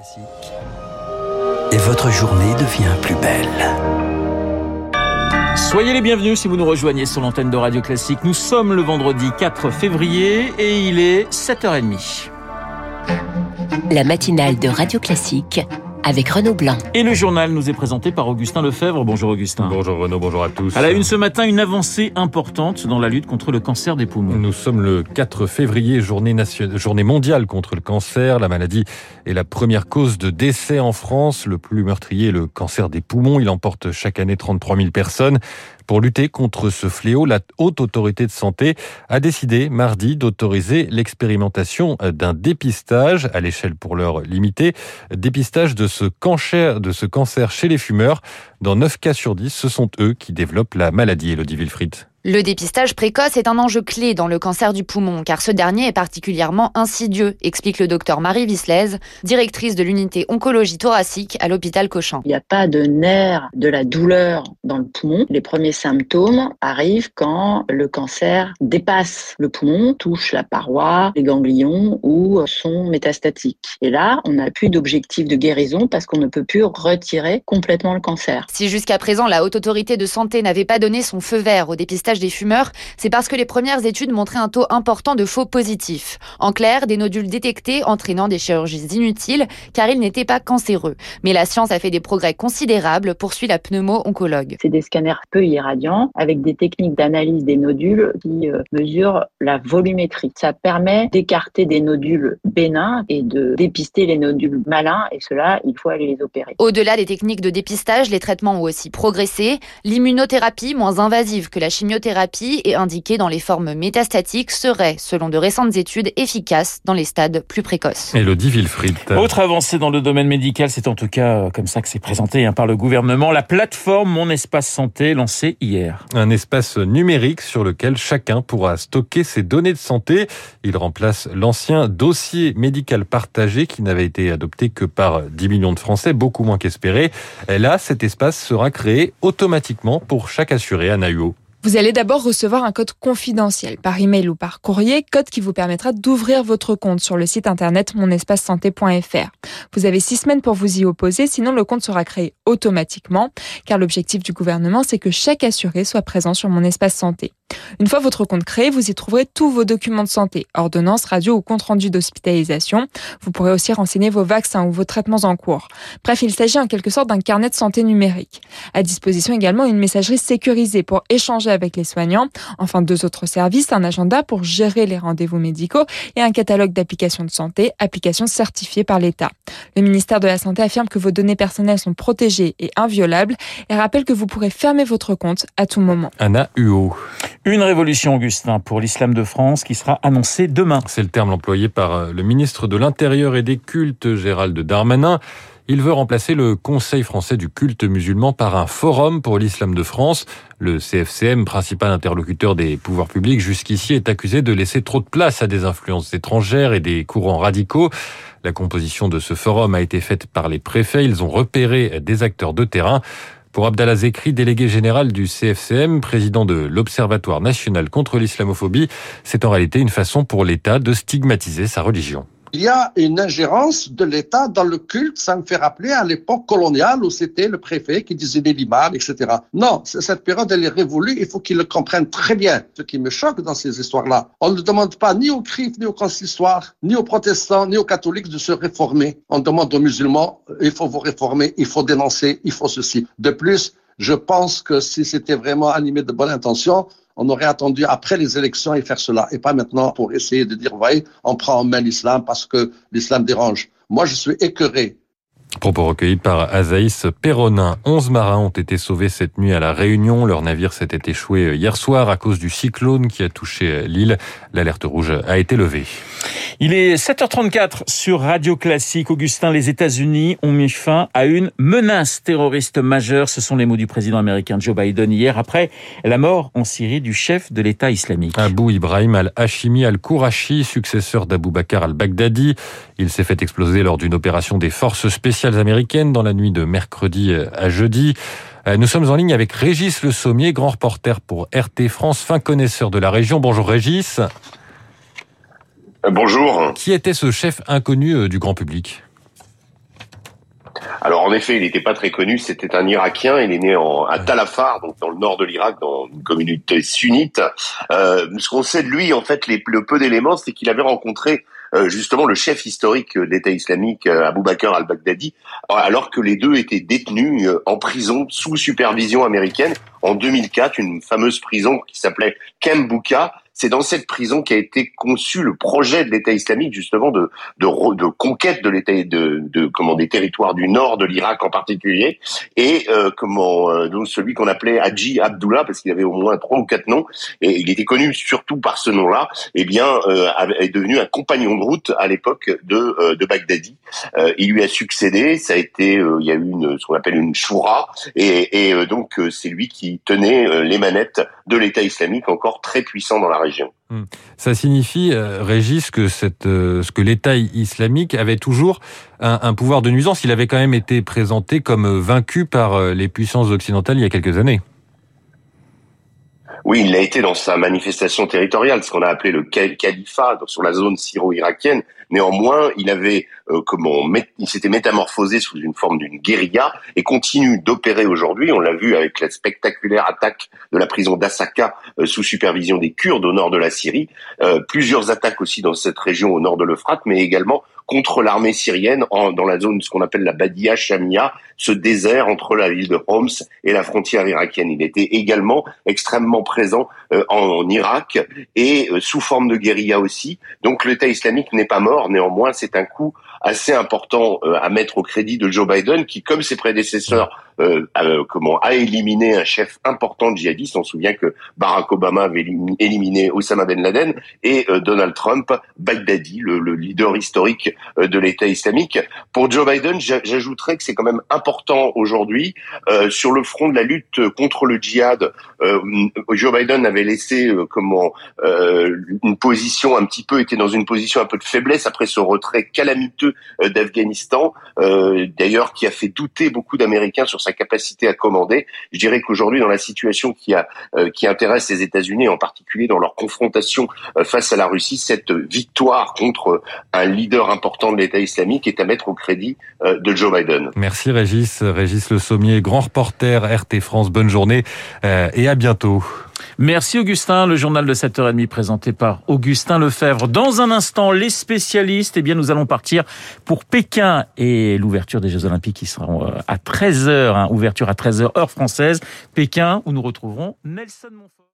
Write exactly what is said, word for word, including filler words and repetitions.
Classique. Et votre journée devient plus belle. Soyez les bienvenus si vous nous rejoignez sur l'antenne de Radio Classique. Nous sommes le vendredi quatre février et il est sept heures trente. La matinale de Radio Classique avec Renaud Blanc. Et le journal nous est présenté par Augustin Lefebvre. Bonjour Augustin. Bonjour Renaud, bonjour à tous. À la une ce matin, une avancée importante dans la lutte contre le cancer des poumons. Nous sommes le quatre février, journée, nation... journée mondiale contre le cancer. La maladie est la première cause de décès en France. Le plus meurtrier est le cancer des poumons. Il emporte chaque année trente-trois mille personnes. Pour lutter contre ce fléau, la Haute Autorité de Santé a décidé mardi d'autoriser l'expérimentation d'un dépistage à l'échelle pour l'heure limitée. Dépistage de ce cancer, de ce cancer chez les fumeurs. Dans neuf cas sur dix, ce sont eux qui développent la maladie. Élodie Wilfried. Le dépistage précoce est un enjeu clé dans le cancer du poumon, car ce dernier est particulièrement insidieux, explique le docteur Marie Visslez, directrice de l'unité oncologie thoracique à l'hôpital Cochin. Il n'y a pas de nerf de la douleur dans le poumon. Les premiers symptômes arrivent quand le cancer dépasse le poumon, touche la paroi, les ganglions ou sont métastatiques. Et là, on n'a plus d'objectif de guérison parce qu'on ne peut plus retirer complètement le cancer. Si jusqu'à présent la Haute Autorité de Santé n'avait pas donné son feu vert au dépistage des fumeurs, c'est parce que les premières études montraient un taux important de faux positifs. En clair, des nodules détectés entraînant des chirurgies inutiles car ils n'étaient pas cancéreux. Mais la science a fait des progrès considérables, poursuit la pneumo-oncologue. C'est des scanners peu irradiants avec des techniques d'analyse des nodules qui euh, mesurent la volumétrie. Ça permet d'écarter des nodules bénins et de dépister les nodules malins et cela, il faut aller les opérer. Au-delà des techniques de dépistage, les traitements ont aussi progressé. L'immunothérapie, moins invasive que la chimiothérapie, et indiquée dans les formes métastatiques serait, selon de récentes études, efficace dans les stades plus précoces. Élodie Wilfried. Autre avancée dans le domaine médical, c'est en tout cas comme ça que c'est présenté hein, par le gouvernement, la plateforme Mon Espace Santé, lancée hier. Un espace numérique sur lequel chacun pourra stocker ses données de santé. Il remplace l'ancien dossier médical partagé qui n'avait été adopté que par dix millions de Français, beaucoup moins qu'espéré. Et là, cet espace sera créé automatiquement pour chaque assuré. Anna Huot. Vous allez d'abord recevoir un code confidentiel par email ou par courrier, code qui vous permettra d'ouvrir votre compte sur le site internet mon espace santé point f r. Vous avez six semaines pour vous y opposer, sinon le compte sera créé automatiquement, car l'objectif du gouvernement, c'est que chaque assuré soit présent sur Mon Espace Santé. Une fois votre compte créé, vous y trouverez tous vos documents de santé, ordonnances, radio ou compte rendu d'hospitalisation. Vous pourrez aussi renseigner vos vaccins ou vos traitements en cours. Bref, il s'agit en quelque sorte d'un carnet de santé numérique. À disposition également une messagerie sécurisée pour échanger avec les soignants. Enfin, deux autres services, un agenda pour gérer les rendez-vous médicaux et un catalogue d'applications de santé, applications certifiées par l'État. Le ministère de la Santé affirme que vos données personnelles sont protégées et inviolables et rappelle que vous pourrez fermer votre compte à tout moment. Anna Huot. Une révolution, Augustin, pour l'islam de France qui sera annoncée demain. C'est le terme employé par le ministre de l'Intérieur et des Cultes, Gérald Darmanin. Il veut remplacer le Conseil français du culte musulman par un forum pour l'islam de France. Le C F C M, principal interlocuteur des pouvoirs publics, jusqu'ici est accusé de laisser trop de place à des influences étrangères et des courants radicaux. La composition de ce forum a été faite par les préfets. Ils ont repéré des acteurs de terrain. Pour Abdallah Zekri, délégué général du C F C M, président de l'Observatoire national contre l'islamophobie, c'est en réalité une façon pour l'État de stigmatiser sa religion. Il y a une ingérence de l'État dans le culte, ça me fait rappeler à l'époque coloniale où c'était le préfet qui désignait l'imam, et cetera. Non, cette période, elle est révolue, il faut qu'ils le comprennent très bien. Ce qui me choque dans ces histoires-là, on ne demande pas ni aux CRIF, ni aux consistoires, ni aux protestants, ni aux catholiques de se réformer. On demande aux musulmans, il faut vous réformer, il faut dénoncer, il faut ceci. De plus, je pense que si c'était vraiment animé de bonnes intentions, on aurait attendu après les élections et faire cela, et pas maintenant pour essayer de dire, voyez, on prend en main l'islam parce que l'islam dérange. Moi, je suis écœuré. Propos recueillis par Azaïs Perronin. Onze marins ont été sauvés cette nuit à La Réunion. Leur navire s'était échoué hier soir à cause du cyclone qui a touché l'île. L'alerte rouge a été levée. Il est sept heures trente-quatre sur Radio Classique. Augustin, les États-Unis ont mis fin à une menace terroriste majeure. Ce sont les mots du président américain Joe Biden hier après la mort en Syrie du chef de l'État islamique. Abou Ibrahim al-Hashimi al-Kourachi, successeur d'Abou Bakr al-Baghdadi. Il s'est fait exploser lors d'une opération des forces spéciales américaines dans la nuit de mercredi à jeudi. Nous sommes en ligne avec Régis Le Sommier, grand reporter pour R T France, fin connaisseur de la région. Bonjour Régis. Bonjour. Qui était ce chef inconnu du grand public ? Alors en effet, il n'était pas très connu, c'était un Irakien, il est né en, à Tal Afar, donc dans le nord de l'Irak, dans une communauté sunnite. Euh, ce qu'on sait de lui, en fait, les, le peu d'éléments, c'est qu'il avait rencontré euh, justement le chef historique de l'État islamique, euh, Abou Bakr al-Baghdadi, alors que les deux étaient détenus euh, en prison sous supervision américaine en deux mille quatre, une fameuse prison qui s'appelait Camp Bouka. C'est dans cette prison qu'a été conçu le projet de l'État islamique, justement, de, de, de conquête de l'État, de, de, comment, des territoires du nord de l'Irak en particulier, et euh, comment, euh, donc celui qu'on appelait Haji Abdullah, parce qu'il avait au moins trois ou quatre noms, et il était connu surtout par ce nom-là, eh bien, euh, est devenu un compagnon de route à l'époque de, euh, de Baghdadi. Euh, il lui a succédé, ça a été, euh, il y a eu une, ce qu'on appelle une choura, et, et euh, donc euh, c'est lui qui tenait euh, les manettes de l'État islamique, encore très puissant dans la région. Ça signifie, euh, Régis, que, cette, euh, ce que l'État islamique avait toujours un, un pouvoir de nuisance. Il avait quand même été présenté comme vaincu par euh, les puissances occidentales il y a quelques années. Oui, il l'a été dans sa manifestation territoriale, ce qu'on a appelé le califat sur la zone syro-irakienne. Néanmoins, il avait euh, comment il s'était métamorphosé sous une forme d'une guérilla et continue d'opérer aujourd'hui. On l'a vu avec la spectaculaire attaque de la prison d'Asaka euh, sous supervision des Kurdes au nord de la Syrie. Euh, plusieurs attaques aussi dans cette région au nord de l'Euphrate, mais également contre l'armée syrienne en, dans la zone, ce qu'on appelle la Badia Shamia, ce désert entre la ville de Homs et la frontière irakienne. Il était également extrêmement présent euh, en, en Irak et euh, sous forme de guérilla aussi. Donc l'État islamique n'est pas mort. Néanmoins, c'est un coup assez important euh, à mettre au crédit de Joe Biden, qui, comme ses prédécesseurs, euh, euh, comment a éliminé un chef important de djihadistes. On se souvient que Barack Obama avait éliminé Osama Ben Laden et euh, Donald Trump, Baghdadi, le, le leader historique euh, de l'État islamique. Pour Joe Biden, j'ajouterais que c'est quand même important aujourd'hui euh, sur le front de la lutte contre le djihad. Euh, Joe Biden avait laissé euh, comment euh, une position un petit peu, était dans une position un peu de faiblesse après ce retrait calamiteux euh, d'Afghanistan, euh, d'ailleurs qui a fait douter beaucoup d'Américains sur sa capacité à commander. Je dirais qu'aujourd'hui, dans la situation qui a euh, qui intéresse les États-Unis, en particulier dans leur confrontation euh, face à la Russie, cette victoire contre un leader important de l'État islamique est à mettre au crédit euh, de Joe Biden. Merci Régis, Régis Le Sommier, grand reporter R T France. Bonne journée euh, et à bientôt. Merci Augustin, le journal de sept heures trente présenté par Augustin Lefebvre. Dans un instant, les spécialistes, eh bien nous allons partir pour Pékin et l'ouverture des Jeux Olympiques qui seront à treize heures, hein, ouverture à treize heures heure française. Pékin où nous retrouverons Nelson Montfort.